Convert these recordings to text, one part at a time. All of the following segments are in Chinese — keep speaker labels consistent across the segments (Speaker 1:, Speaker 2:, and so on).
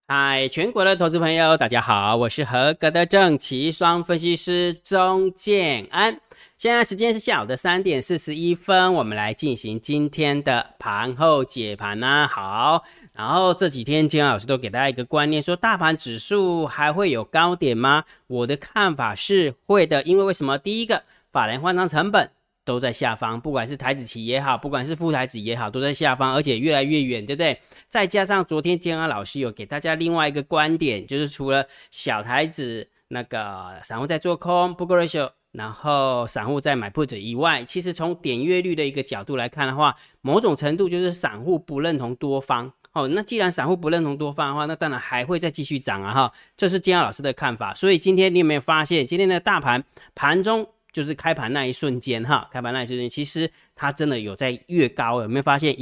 Speaker 1: 嗨，全国的投资朋友，大家好，我是合格的正奇双分析师钟建安。现在时间是下午的3:41，我们来进行今天的盘后解盘好，然后这几天建安老师都给大家一个观念，说大盘指数还会有高点吗？我的看法是会的，因为什么？第一个，法人换仓成本都在下方，不管是台指期也好，不管是富台指也好，都在下方，而且越来越远，对不对？再加上昨天建安老师有给大家另外一个观点，就是除了小台指那个散户在做空 book ratio， 然后散户在买 put 以外，其实从点阅率的一个角度来看的话，某种程度就是散户不认同多方。那既然散户不认同多方的话，那当然还会再继续涨这是建安老师的看法。所以今天你有没有发现，今天的大盘盘中就是开盘那一瞬间开盘那一瞬间，其实它真的有在越高，有没有发现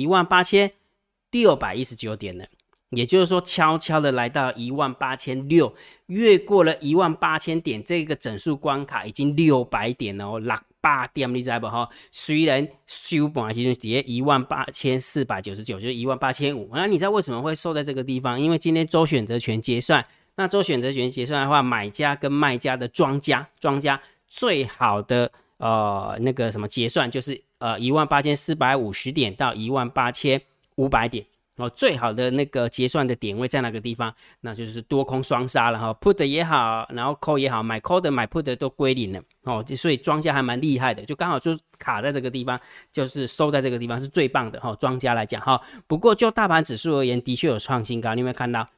Speaker 1: 18619点呢？也就是说悄悄的来到18600，越过了18000点这个整数关卡，已经600点了600点，你知道不虽然收盘其实跌18499，就是18500，那你知道为什么会收在这个地方？因为今天周选择权结算，那周选择权结算的话，买家跟卖家的庄家最好的那个什么结算就是18450点到18500点。最好的那个结算的点位在哪个地方？那就是多空双杀了put 也好，然后 call 也好，买 call 的买 put 的都归零了所以庄家还蛮厉害的，就刚好就卡在这个地方，就是收在这个地方是最棒的庄家来讲不过就大盘指数而言，的确有创新高，你有没有看到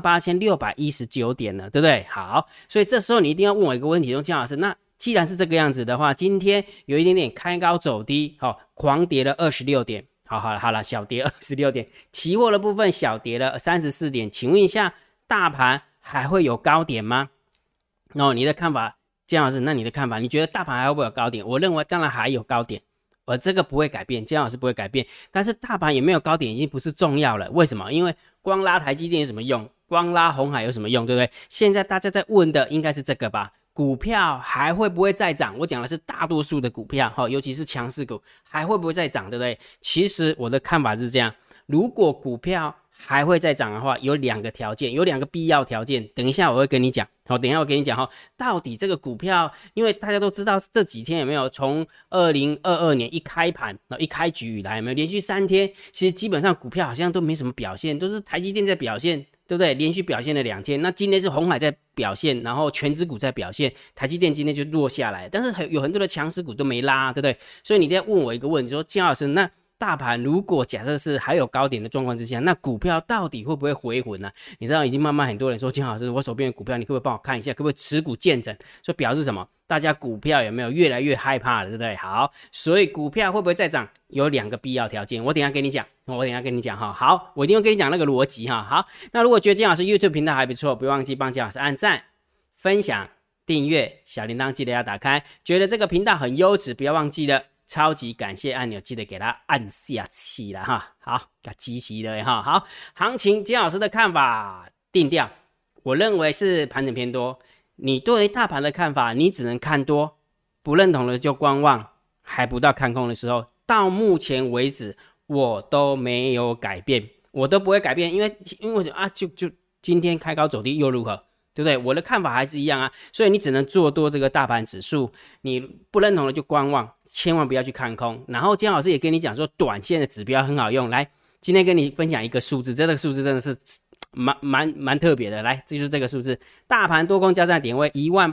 Speaker 1: 18619点了，对不对？好，所以这时候你一定要问我一个问题，姜老师，那既然是这个样子的话，今天有一点点开高走低狂跌了26点。好了，小跌26点，期货的部分小跌了34点，请问一下，大盘还会有高点吗？你的看法，姜老师，那你的看法，你觉得大盘还会不会有高点？我认为当然还有高点，而这个不会改变，姜老师不会改变，但是大盘有没有高点已经不是重要了，为什么？因为光拉台积电有什么用？光拉鸿海有什么用，对不对？现在大家在问的应该是这个吧，股票还会不会再涨？我讲的是大多数的股票尤其是强势股还会不会再涨，对不对？其实我的看法是这样，如果股票还会再涨的话，有两个条件，有两个必要条件，等一下我会跟你讲等一下我跟你讲到底这个股票，因为大家都知道这几天有没有从2022年一开盘一开局以来，有没有连续3天，其实基本上股票好像都没什么表现，都是台积电在表现，对不对？连续表现了2天，那今天是鸿海在表现，然后全指股在表现，台积电今天就落下来，但是有很多的强势股都没拉，对不对？所以你在问我一个问题，说姜老师，那大盘如果假设是还有高点的状况之下，那股票到底会不会回魂呢？你知道已经慢慢很多人说，姜老师，我手边的股票你可不可以帮我看一下，可不可以持股见证？说表示什么？大家股票有没有越来越害怕了，对不对？好，所以股票会不会再涨？有2个必要条件，我等一下跟你讲好，我一定会跟你讲那个逻辑好，那如果觉得姜老师 YouTube 频道还不错，不忘记帮姜老师按赞、分享、订阅，小铃铛记得要打开。觉得这个频道很优质，不要忘记了超级感谢按钮，记得给它按下去了好，给它集齐了好，行情姜老师的看法定调，我认为是盘整偏多。你对于大盘的看法，你只能看多，不认同的就观望，还不到看空的时候。到目前为止，我都没有改变，我都不会改变，因为就今天开高走低又如何？对不对？我的看法还是一样所以你只能做多这个大盘指数，你不认同的就观望，千万不要去看空。然后姜老师也跟你讲说，短线的指标很好用，来，今天跟你分享一个数字，这个数字真的是蛮特别的，来，这就是这个数字，大盘多空交战点位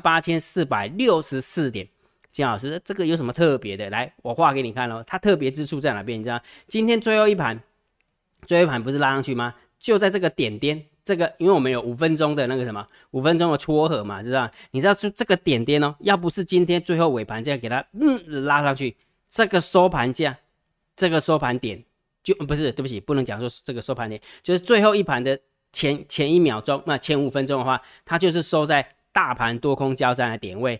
Speaker 1: 18464点。姜老师，这个有什么特别的？来，我画给你看它特别之处在哪边？你知道，今天最后一盘不是拉上去吗？就在这个点点，这个因为我们有5分钟的那个什么，5分钟的撮合嘛，知道？你知道就这个点点要不是今天最后尾盘价给它拉上去，这个收盘价，这个收盘点就不是，对不起，不能讲说这个收盘点，就是最后一盘的前1秒钟，那前5分钟的话，它就是收在大盘多空交战的点位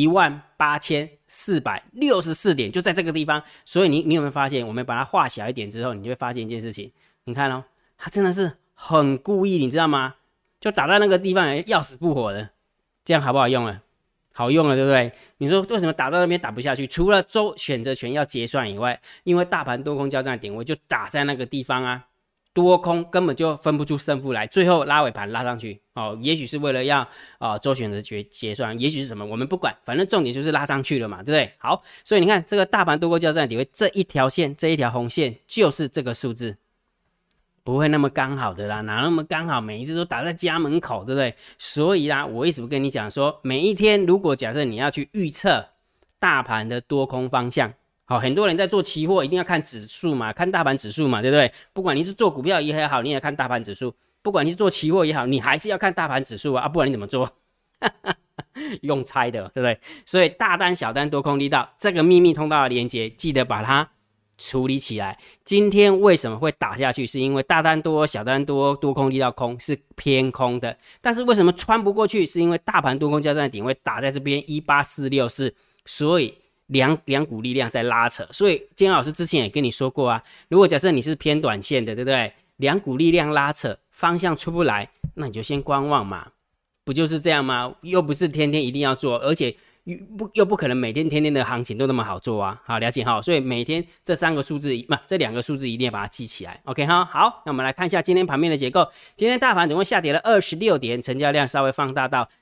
Speaker 1: 18464点，就在这个地方。所以你有没有发现，我们把它画小一点之后，你就会发现一件事情，你看它真的是很故意，你知道吗？就打在那个地方要死不活的，这样好不好用了？好用了，对不对？你说为什么打到那边打不下去？除了周选择权要结算以外，因为大盘多空交战的点位就打在那个地方多空根本就分不出胜负来，最后拉尾盘拉上去哦，也许是为了要周选择结算，也许是什么，我们不管，反正重点就是拉上去了嘛，对不对？好，所以你看这个大盘多空交战点位这一条线，这一条红线就是这个数字，不会那么刚好的啦，哪那么刚好每一次都打在家门口，对不对？所以啦，我一直跟你讲说，每一天如果假设你要去预测大盘的多空方向。好，很多人在做期货，一定要看指数嘛，看大盘指数嘛，对不对？不管你是做股票也好，你也看大盘指数；不管你是做期货也好，你还是要看大盘指数啊，不然你怎么做？用猜的，对不对？所以大单、小单、多空力道这个秘密通道的连接，记得把它处理起来。今天为什么会打下去？是因为大单多、小单多，多空力道空是偏空的。但是为什么穿不过去？是因为大盘多空交战的点位打在这边18464，所以。两股力量在拉扯，所以建安老师之前也跟你说过啊，如果假设你是偏短线的，对不对？两股力量拉扯，方向出不来，那你就先观望嘛，不就是这样吗？又不是天天一定要做，而且又不可能每天天天的行情都那么好做啊。好，了解哈，所以每天这2个数字这2个数字一定要把它记起来 ，OK 哈。好，那我们来看一下今天盘面的结构。今天大盘总共下跌了26点，成交量稍微放大到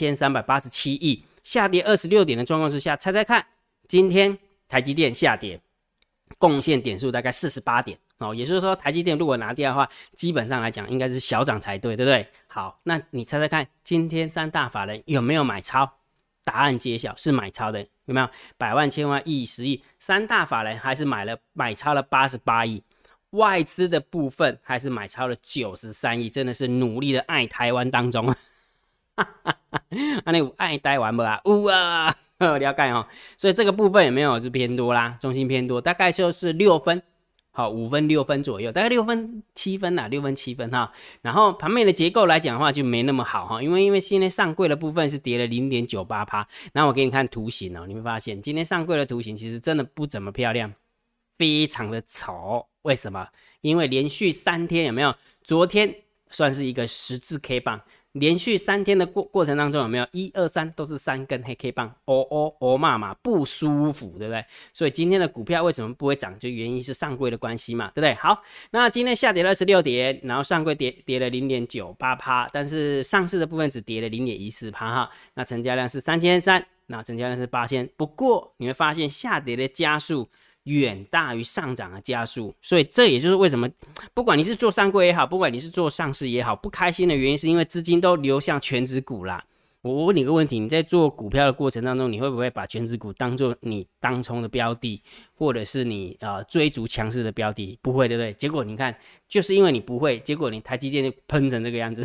Speaker 1: 3387亿，下跌26点的状况之下，猜猜看。今天台积电下跌，贡献点数大概48点哦，也就是说台积电如果拿掉的话，基本上来讲应该是小涨才对，对不对？好，那你猜猜看，今天3大法人有没有买超？答案揭晓，是买超的，有没有？百万、千万、亿、10亿，3大法人还是买超了88亿，外资的部分还是买超了93亿，真的是努力的爱台湾当中，那你有爱台湾不啊？有啊。了解哦，所以这个部分也没有是偏多啦，中心偏多，大概就是6分，好，5分6分左右，大概6分7分啦，6分7分哈。然后盘面的结构来讲的话就没那么好哈，因为现在上柜的部分是跌了 0.98%， 然后我给你看图形哦，你会发现今天上柜的图形其实真的不怎么漂亮，非常的丑。为什么？因为连续3天有没有？昨天算是一个十字 K 棒。连续3天的过程当中有没有1、2、3都是3根黑 K 棒，骂不舒服，对不对？所以今天的股票为什么不会涨？就原因是上柜的关系嘛，对不对？好，那今天下跌了26点，然后上柜跌了 0.98%， 但是上市的部分只跌了 0.14% 哈。那成交量是3300，那成交量是8000。不过你会发现下跌的加速远大于上涨的加速，所以这也就是为什么不管你是做上柜也好，不管你是做上市也好，不开心的原因是因为资金都流向全指股啦。我问你个问题，你在做股票的过程当中，你会不会把全指股当做你当冲的标的，或者是你追逐强势的标的？不会，对不对？结果你看，就是因为你不会，结果你台积电就喷成这个样子。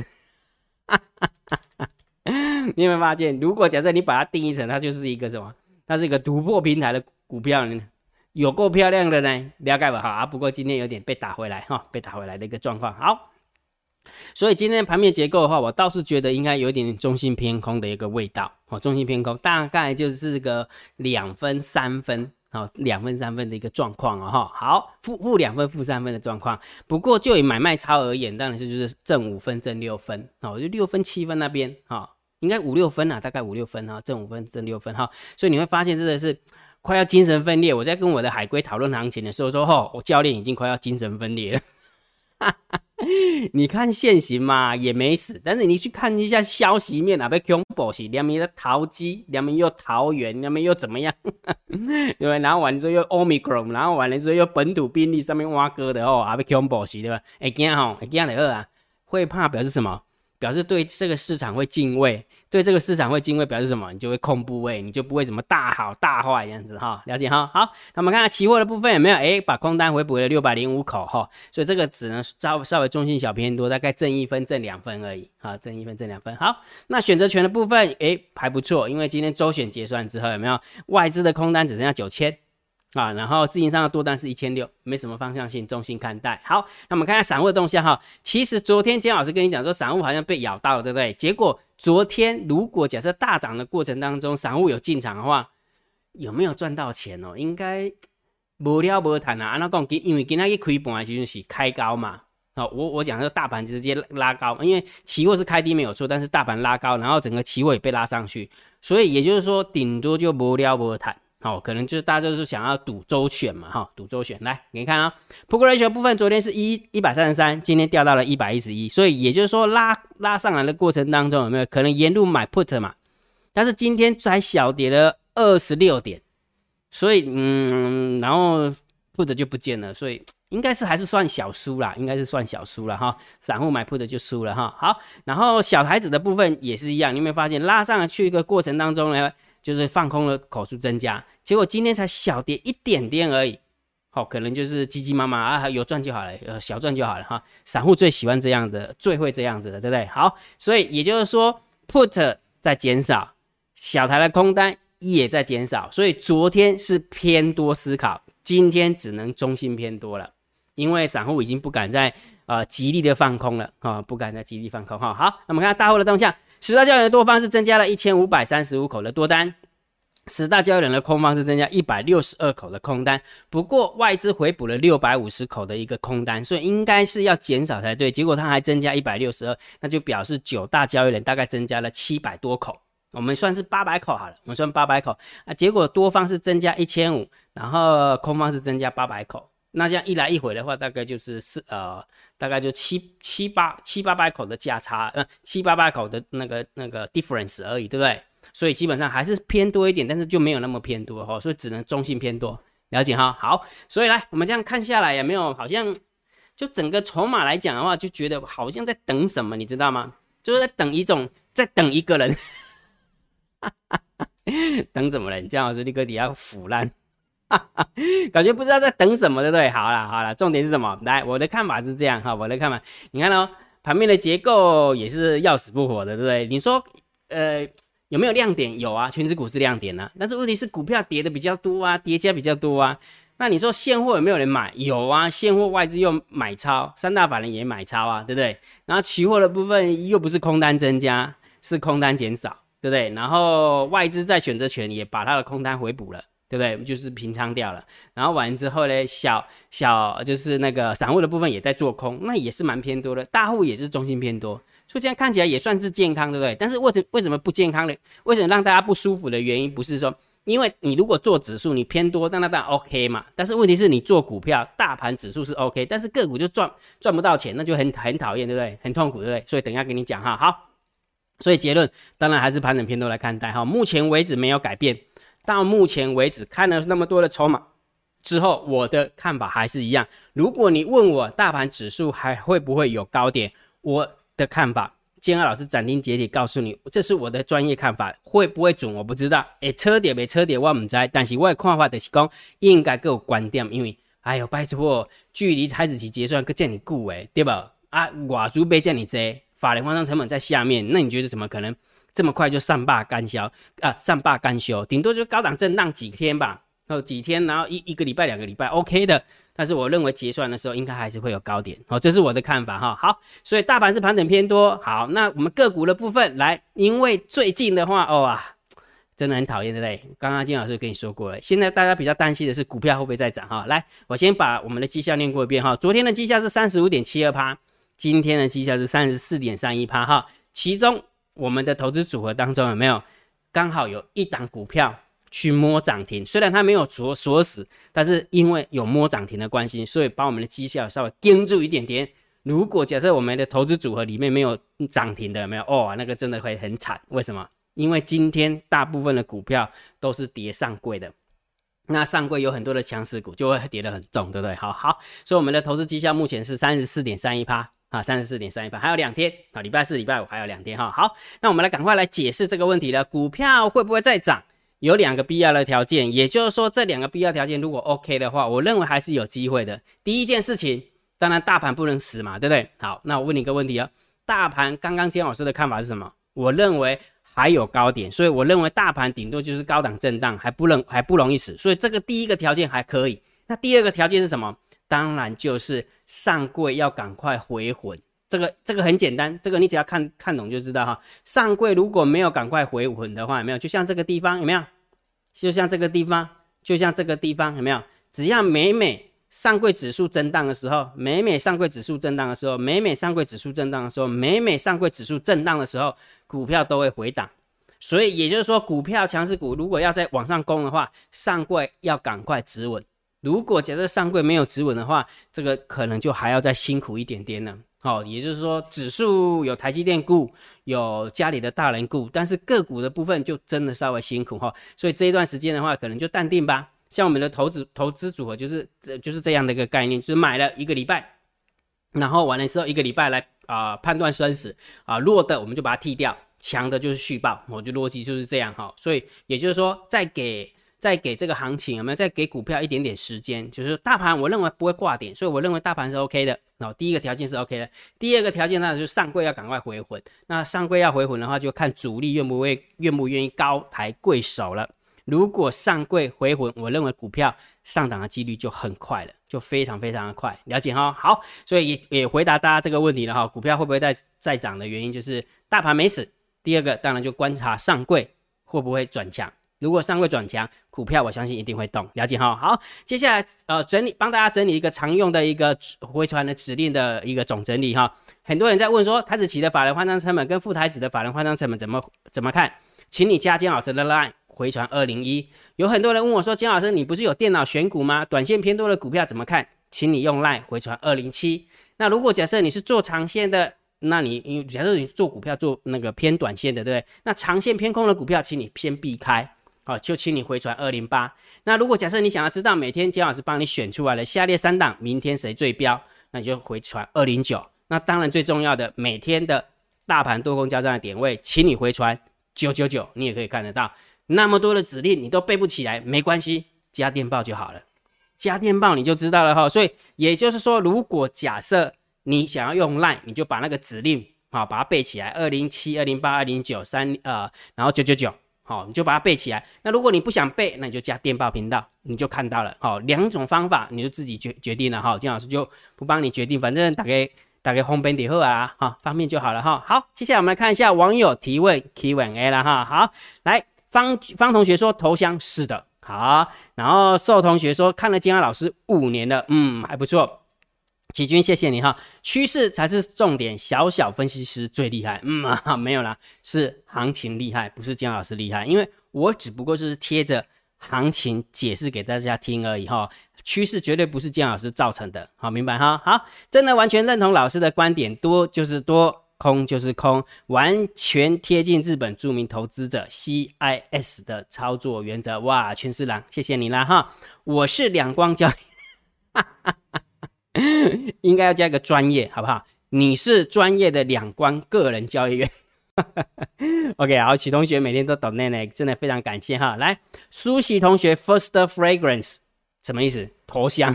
Speaker 1: 你有没有发现，如果假设你把它定义成它就是一个什么？它是一个突破平台的股票呢？有够漂亮的呢，了解吧？好啊，不过今天有点被打回来哈，被打回来的一个状况。好，所以今天盘面结构的话，我倒是觉得应该有点中性偏空的一个味道哦，中性偏空大概就是个2分3分哦，2分3分的一个状况哦哈。好，负2分负3分的状况。不过就以买卖超而言，当然是就是正5分正6分哦，就6分7分那边哈，应该5、6分啊，大概5、6分哈，正5分正6分哈。所以你会发现真的是。快要精神分裂，我在跟我的海龟讨论行情的时候说，我教练已经快要精神分裂了。你看现行嘛也没死，但是你去看一下消息面啊，被恐怖是两边的桃机，两边又桃园，两边又怎么样？对吧？然后完了之后又 Omicron， 然后完了之后又本土病例上面挖哥的哦，被恐怖是对吧？会惊吼，会惊的啊，会怕表示什么？表示对这个市场会敬畏，对这个市场会敬畏表示什么？你就会控部位，你就不会什么大好大坏这样子哈，了解哈。好，那我们看看期货的部分有没有？把空单回补了605口哈，所以这个只能稍微中性小偏多，大概正1分正2分而已啊，正1分正2分。好，那选择权的部分还不错，因为今天周选结算之后有没有外资的空单只剩下9000。啊，然后自营商的多单是1600，没什么方向性，中性看待。好，那我们看看散户的动向哈。其实昨天姜老师跟你讲说，散户好像被咬到了，对不对？结果昨天如果假设大涨的过程当中，散户有进场的话，有没有赚到钱哦？应该无了无谈啊。按照讲，因为今天一开盘的时候是开高嘛。好，我讲说大盘直接拉高，因为期货是开低没有错，但是大盘拉高，然后整个期货也被拉上去，所以也就是说顶多就无了无谈。 好，可能就是大家就是想要赌周选嘛，哈，赌周选。来，给你看啊，Put Ratio 部分昨天是133，今天掉到了111，所以也就是说拉上来的过程当中有没有可能沿路买 Put 嘛？但是今天才小跌了26点，所以然后 Put 就不见了，所以应该是还是算小输啦，应该是算小输了哈。散户买 Put 就输了哈。好，然后小台子的部分也是一样，你有没有发现拉上去一个过程当中呢？就是放空的口数增加，结果今天才小跌一点点而已，好，可能就是急急忙忙啊，有赚就好了，小赚就好了哈。散户最喜欢这样的，最会这样子的，对不对？好，所以也就是说 ，put 在减少，小台的空单也在减少，所以昨天是偏多思考，今天只能中性偏多了，因为散户已经不敢再极力的放空了啊，不敢再极力放空哈。好，那我们看大户的动向。10大交易人的多方是增加了1535口的多单，10大交易人的空方是增加162口的空单，不过外资回补了650口的一个空单，所以应该是要减少才对，结果它还增加162，那就表示9大交易人大概增加了700多口，我们算是800口好了，我们算800口啊，结果多方是增加1500，然后空方是增加800口，那这样一来一回的话，大概就是大概就700-800口的价差，700-800口的那个 difference 而已，对不对？所以基本上还是偏多一点，但是就没有那么偏多哈，所以只能中性偏多，了解哈？好，所以来我们这样看下来，有没有好像就整个筹码来讲的话，就觉得好像在等什么，你知道吗？就是在等一个人，等什么人？姜老师立刻底下腐烂。感觉不知道在等什么，对不对？好啦，重点是什么？来，我的看法是这样哈，我的看法，你看哦，盘面的结构也是要死不活的，对不对？你说，有没有亮点？有啊，全指股是亮点啊，但是问题是股票跌的比较多啊，跌价比较多啊。那你说现货有没有人买？有啊，现货外资又买超，三大法人也买超啊，对不对？然后期货的部分又不是空单增加，是空单减少，对不对？然后外资在选择权也把它的空单回补了。对不对？就是平仓掉了，然后完之后呢，小就是那个散户的部分也在做空，那也是蛮偏多的，大户也是中性偏多，所以这样看起来也算是健康，对不对？但是为什么不健康呢？为什么让大家不舒服的原因，不是说因为你如果做指数你偏多，那当然 OK 嘛，但是问题是你做股票，大盘指数是 OK， 但是个股就赚不到钱，那就很讨厌，对不对？很痛苦，对不对？所以等一下跟你讲哈，好，所以结论当然还是盘整偏多来看待哈，目前为止没有改变。到目前为止看了那么多的筹码之后，我的看法还是一样。如果你问我大盘指数还会不会有高点，我的看法，建安老师斩钉截铁告诉你，这是我的专业看法，会不会准我不知道。车跌没车跌我不知道，但是我的看法就是说应该给我观点，因为哎呦拜托，距离台指期结算这么久对吧？啊，外资买这么多，法人换仓成本在下面，那你觉得怎么可能？这么快就善罢甘休，顶多就高档震荡几天吧，几天，然后一个礼拜、2个礼拜 OK 的。但是我认为结算的时候应该还是会有高点，这是我的看法哈。好，所以大盘是盘整偏多。好，那我们个股的部分来，因为最近的话，真的很讨厌，对不对？刚刚金老师跟你说过了，现在大家比较担心的是股票会不会再涨哈。来，我先把我们的绩效念过一遍哈。昨天的绩效是 35.72%， 今天的绩效是 34.31% 哈，其中我们的投资组合当中有没有刚好有一档股票去摸涨停？虽然它没有锁死，但是因为有摸涨停的关系，所以把我们的绩效稍微盯住一点点。如果假设我们的投资组合里面没有涨停的，有没有那个真的会很惨。为什么？因为今天大部分的股票都是跌上柜的，那上柜有很多的强势股就会跌得很重，对不对？好，所以我们的投资绩效目前是 34.31%。34.31%，还有2天啊，礼拜4、礼拜5还有2天哈。好，那我们赶快来解释这个问题了。股票会不会再涨？有2个必要的条件，也就是说这2个必要条件如果 OK 的话，我认为还是有机会的。第一件事情，当然大盘不能死嘛，对不对？好，那我问你一个问题啊，大盘刚刚姜老师的看法是什么？我认为还有高点，所以我认为大盘顶多就是高档震荡，还不容易死，所以这个第一个条件还可以。那第二个条件是什么？当然就是上柜要赶快回魂，这个很简单，这个你只要看懂就知道哈。上柜如果没有赶快回魂的话，有没有？就像这个地方有没有？就像这个地方有没有？只要每上柜指数震荡的时候，每上柜指数震荡的时候，每上柜指数震荡的时候，每上柜指数震荡的时候，股票都会回档。 所以也就是说，股票强势股如果要再往上攻的话，上柜要赶快止稳。如果假设上柜没有止稳的话，这个可能就还要再辛苦一点点呢。也就是说，指数有台积电顾，有家里的大人顾，但是个股的部分就真的稍微辛苦所以这一段时间的话，可能就淡定吧。像我们的投资组合就是这样的一个概念，就是买了1个礼拜，然后完了之后1个礼拜来判断生死弱的我们就把它剔掉，强的就是续报，我觉得逻辑就是这样所以也就是说，再给这个行情有没有再给股票一点点时间？就是大盘我认为不会挂点，所以我认为大盘是 OK 的。第一个条件是 OK 的，第二个条件呢就是上柜要赶快回魂。那上柜要回魂的话，就看主力愿不愿意高抬贵手了。如果上柜回魂，我认为股票上涨的几率就很快了，就非常非常的快，了解好，所以也回答大家这个问题了股票会不会再涨的原因就是大盘没死。第二个当然就观察上柜会不会转强。如果上柜转强，股票我相信一定会动，了解好，接下来帮大家整理一个常用的一个回传的指令的一个总整理很多人在问说，台指期的法人换仓成本跟富台指的法人换仓成本怎么看？请你加姜老师的 LINE 回传201。有很多人问我说，姜老师你不是有电脑选股吗？短线偏多的股票怎么看？请你用 LINE 回传207。那如果假设你是做长线的，那你假设你做股票做那个偏短线的，对不对？那长线偏空的股票，请你先避开。就请你回传208。那如果假设你想要知道每天姜老师帮你选出来的下列3档明天谁最标，那你就回传209。那当然最重要的每天的大盘多空交战的点位，请你回传999，你也可以看得到。那么多的指令你都背不起来，没关系，加电报就好了，加电报你就知道了所以也就是说，如果假设你想要用 LINE， 你就把那个指令把它背起来，207、208、209、然后999。你就把它背起来。那如果你不想背，那你就加电报频道，你就看到了。2种方法你就自己决定了姜老师就不帮你决定，反正大概方便就好啊，方便就好了好，接下来我们来看一下网友提问 Q&A 啦好，来方同学说投降是的，好，然后寿同学说看了姜老师5年了，还不错。启军，谢谢你趋势才是重点，小分析师最厉害。没有啦，是行情厉害，不是姜老师厉害，因为我只不过是贴着行情解释给大家听而已趋势绝对不是姜老师造成的，好，明白好，真的完全认同老师的观点，多就是多，空就是空，完全贴近日本著名投资者 CIS 的操作原则。哇，全四郎，谢谢你啦我是两光交易应该要加一个专业，好不好？你是专业的两光个人交易员OK， 好，启同学每天都懂呢，真的非常感谢来，苏喜同学 First Fragrance 什么意思？头香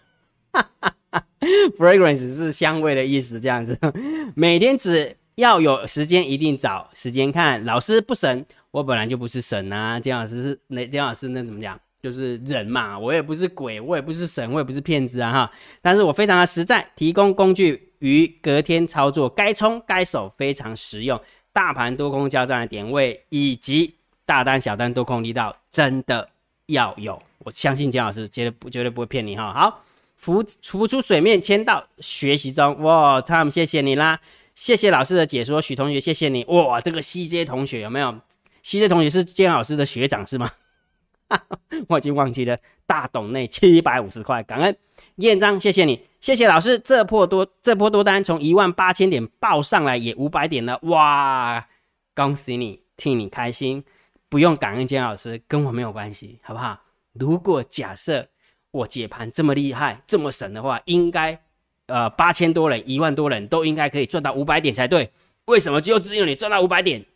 Speaker 1: Fragrance 是香味的意思，这样子每天只要有时间一定找时间看。老师不神，我本来就不是神啊，姜老师那怎么讲？就是人嘛，我也不是鬼，我也不是神，我也不是骗子但是我非常的实在，提供工具于隔天操作，该冲该守非常实用。大盘多空交战的点位以及大单小单多空力道真的要有，我相信姜老师绝对不会骗你好，浮出水面，签到学习中。哇 Tom 谢谢你啦，谢谢老师的解说。许同学谢谢你。哇，这个 CJ 同学有没有？ CJ 同学是姜老师的学长是吗？我已经忘记了，大董内750块，感恩彦章，谢谢你，谢谢老师。这波多单从18000点爆上来也500点了，哇，恭喜你，替你开心，不用感恩姜老师，跟我没有关系，好不好？如果假设我解盘这么厉害，这么神的话，应该8000多人1万多人都应该可以赚到500点才对，为什么就只有你赚到500点？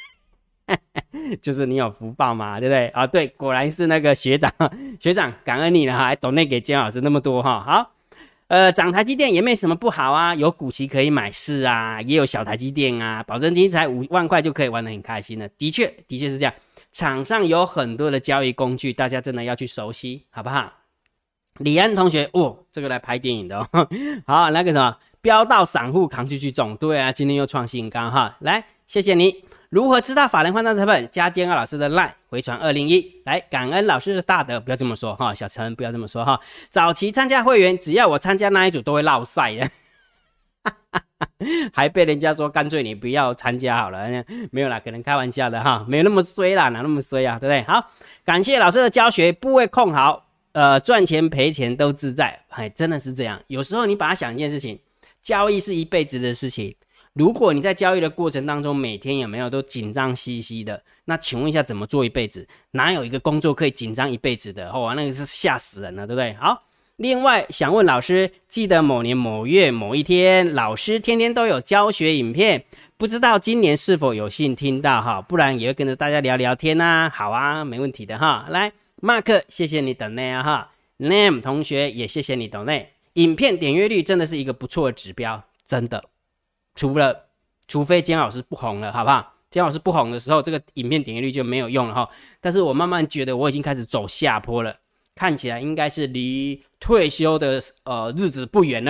Speaker 1: 就是你有福报嘛，对不对对，果然是那个学长，感恩你了还抖内给姜老师那么多好，涨台积电也没什么不好啊，有股息可以买，是啊，也有小台积电啊，保证金才5万块就可以玩得很开心了，的确是这样。场上有很多的交易工具，大家真的要去熟悉，好不好？李安同学，这个来拍电影的好，那个什么飙到散户扛去重，对啊，今天又创新高来，谢谢你。如何知道法人换仓成本？加建二老师的 LINE 回传201。来，感恩老师的大德，不要这么说小陈不要这么说早期参加会员，只要我参加那一组都会落赛的还被人家说干脆你不要参加好了，没有啦，可能开玩笑的哈，没有那么衰啦，哪那么衰啊，对不对？好，感谢老师的教学，部位控好，赚钱赔钱都自在，哎，真的是这样。有时候你把它想一件事情，交易是一辈子的事情，如果你在交易的过程当中每天有没有都紧张兮兮的，那请问一下怎么做一辈子？哪有一个工作可以紧张一辈子的？哦，那个是吓死人了，对不对？好。另外想问老师，记得某年某月某一天，老师天天都有教学影片，不知道今年是否有幸听到哈？不然也会跟着大家聊聊天啊。好啊，没问题的哈。来 ，Mark， 谢谢你等内啊哈。Name 同学也谢谢你等内。影片点阅率真的是一个不错的指标，真的。除非姜老师不红了，好不好？姜老师不红的时候，这个影片点阅率就没有用了哈。但是我慢慢觉得我已经开始走下坡了。看起来应该是离退休的日子不远了。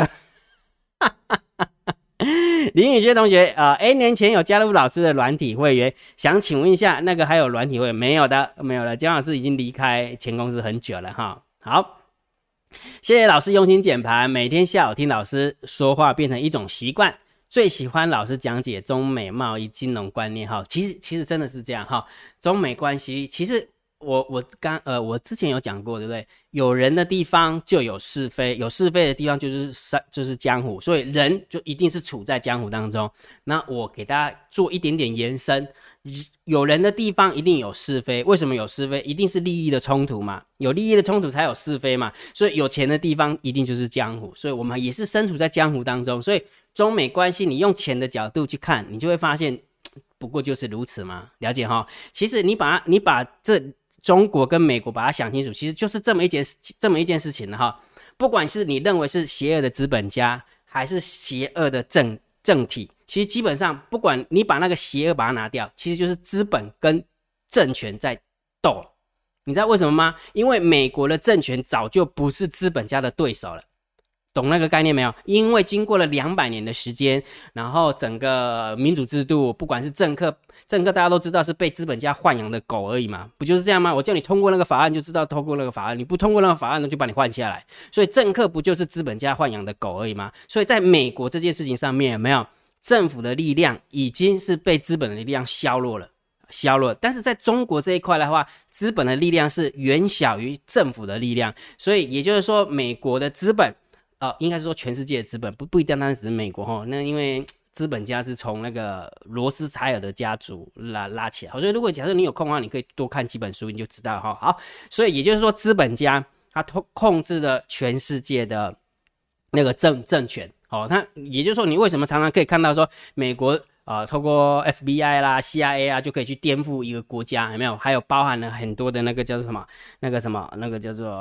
Speaker 1: 林宇轩同学，N 年前有加入老师的软体会员，想请问一下，那个还有软体会员没有的？没有了，姜老师已经离开前公司很久了哈。好，谢谢老师用心解盘，每天下午听老师说话变成一种习惯，最喜欢老师讲解中美贸易金融观念哈。其实真的是这样哈，中美关系其实。我之前有讲过，对不对？有人的地方就有是非，有是非的地方就是江湖，所以人就一定是处在江湖当中。那我给大家做一点点延伸，有人的地方一定有是非，为什么有是非？一定是利益的冲突嘛，有利益的冲突才有是非嘛，所以有钱的地方一定就是江湖，所以我们也是身处在江湖当中，所以中美关系，你用钱的角度去看，你就会发现，不过就是如此嘛，了解哈？其实你把这中国跟美国把它想清楚，其实就是这么一件事情了哈。不管是你认为是邪恶的资本家，还是邪恶的政体，其实基本上不管你把那个邪恶把它拿掉，其实就是资本跟政权在斗。你知道为什么吗？因为美国的政权早就不是资本家的对手了。懂那个概念没有？因为经过了200年的时间，然后整个民主制度，不管是政客大家都知道是被资本家豢养的狗而已嘛，不就是这样吗？我叫你通过那个法案就知道通过那个法案，你不通过那个法案呢就把你换下来，所以政客不就是资本家豢养的狗而已吗？所以在美国这件事情上面有没有政府的力量已经是被资本的力量削弱了，但是在中国这一块的话，资本的力量是远小于政府的力量，所以也就是说美国的资本应该是说全世界的资本不一定单单只是美国齁，那因为资本家是从那个罗斯柴尔德家族拉起来，所以如果假设你有空的话，你可以多看几本书，你就知道齁。好，所以也就是说资本家他控制了全世界的那个政权，他也就是说你为什么常常可以看到说美国透过 FBI 啦 CIA 啊就可以去颠覆一个国家，有没有？还有包含了很多的那个叫做什么那个叫做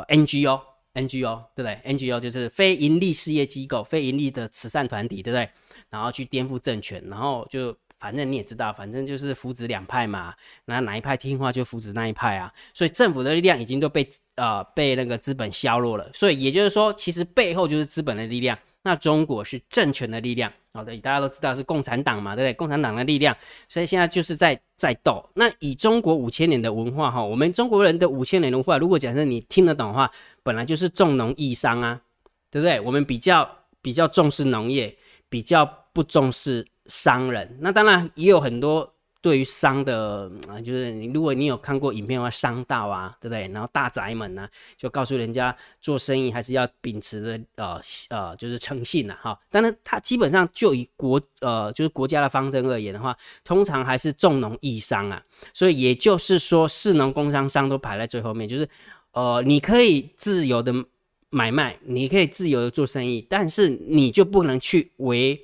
Speaker 1: NGO 对不对 ？NGO 就是非营利事业机构、非营利的慈善团体，对不对？然后去颠覆政权，然后就反正你也知道，反正就是扶植两派嘛，哪一派听话就扶植那一派啊。所以政府的力量已经都被那个资本削弱了，所以也就是说，其实背后就是资本的力量。那中国是政权的力量，对，大家都知道是共产党嘛，对不对？共产党的力量，所以现在就是在斗。那以中国5000年的文化哈，我们中国人的5000年的文化，如果假设你听得懂的话，本来就是重农抑商啊，对不对？我们比较重视农业，比较不重视商人。那当然也有很多对于商的就是如果你有看过影片的话，商道啊，对不对？然后大宅门啊，就告诉人家做生意还是要秉持着就是诚信啊，哈。当然，它基本上就以就是国家的方针而言的话，通常还是重农抑商啊。所以也就是说，士农工商商都排在最后面，就是你可以自由的买卖，你可以自由的做生意，但是你就不能去危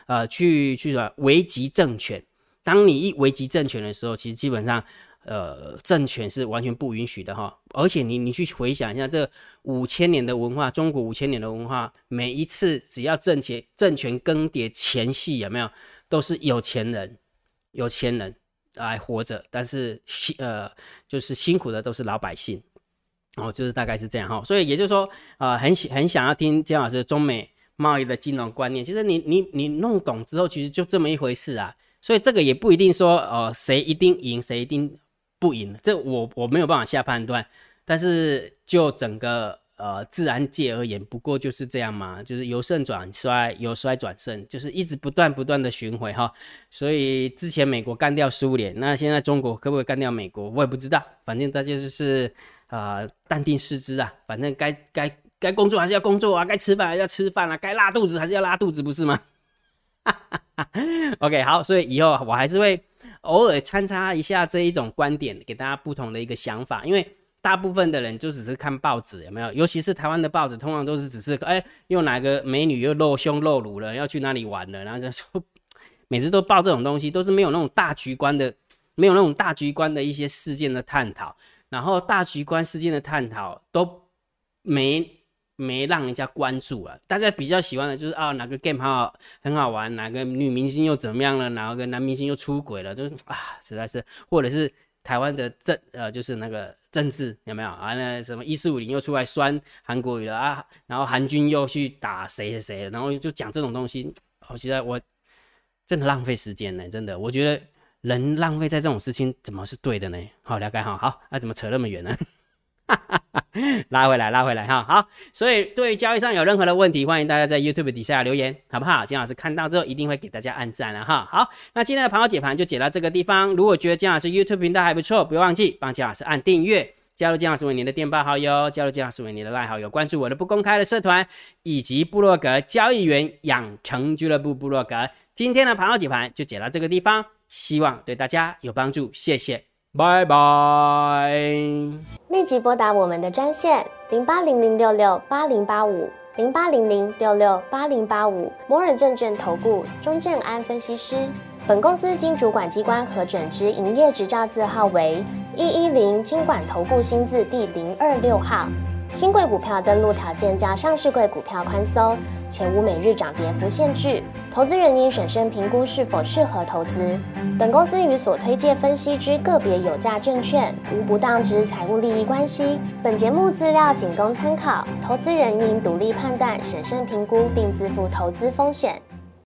Speaker 1: 及政权。当你一危及政权的时候，其实基本上，政权是完全不允许的哈。而且你去回想一下，这5000年的文化，中国5000年的文化，每一次只要政权更迭前夕，有没有都是有钱人来活着，但是就是辛苦的都是老百姓，就是大概是这样哈。所以也就是说，很想要听姜老师的中美贸易的金融观念，其实你弄懂之后，其实就这么一回事啊。所以这个也不一定说谁一定赢谁一定不赢，这我没有办法下判断。但是就整个自然界而言，不过就是这样嘛，就是由盛转衰，由衰转盛，就是一直不断的循环哈。所以之前美国干掉苏联，那现在中国可不可以干掉美国，我也不知道。反正大家就是淡定视之啊，反正该工作还是要工作啊，该吃饭还是要吃饭啊，该拉肚子还是要拉肚子，不是吗？OK， 好，所以以后我还是会偶尔参插一下这一种观点，给大家不同的一个想法，因为大部分的人就只是看报纸，有没有？尤其是台湾的报纸，通常都是只是又哪个美女又露胸露乳了，要去哪里玩了，然后就每次都报这种东西，都是没有那种大局观的，没有那种大局观的一些事件的探讨，然后大局观事件的探讨都没让人家关注啊。大家比较喜欢的就是哪个 game 很好玩，哪个女明星又怎么样了，哪个男明星又出轨了，就是实在是，或者是台湾的就是那个政治有没有啊？那什么1450又出来酸韩国瑜了啊，然后韩军又去打谁，然后就讲这种东西，实在我真的浪费时间呢，真的，我觉得人浪费在这种事情怎么是对的呢？好，了解哈，好，怎么扯那么远呢？拉回来哈，好，所以对于交易上有任何的问题，欢迎大家在 YouTube 底下留言，好不好？姜老师看到之后一定会给大家按赞了哈。好，那今天的盘后解盘就解到这个地方。如果觉得姜老师 YouTube 频道还不错，不要忘记帮姜老师按订阅，加入姜老师为你的电报好友，加入姜老师为你的赖好友，关注我的不公开的社团以及部落格交易员养成俱乐部部落格。今天的盘后解盘就解到这个地方，希望对大家有帮助，谢谢。拜拜！
Speaker 2: 立即拨打我们的专线08006680850800668085摩尔证券投顾钟正安分析师。本公司经主管机关核准之营业执照字号为110金管投顾新字第026号。新贵股票登录条件较上市贵股票宽松，且无每日涨跌幅限制。投资人应审慎评估是否适合投资。本公司与所推介分析之个别有价证券无不当之财务利益关系。本节目资料仅供参考，投资人应独立判断、审慎评估并自负投资风险。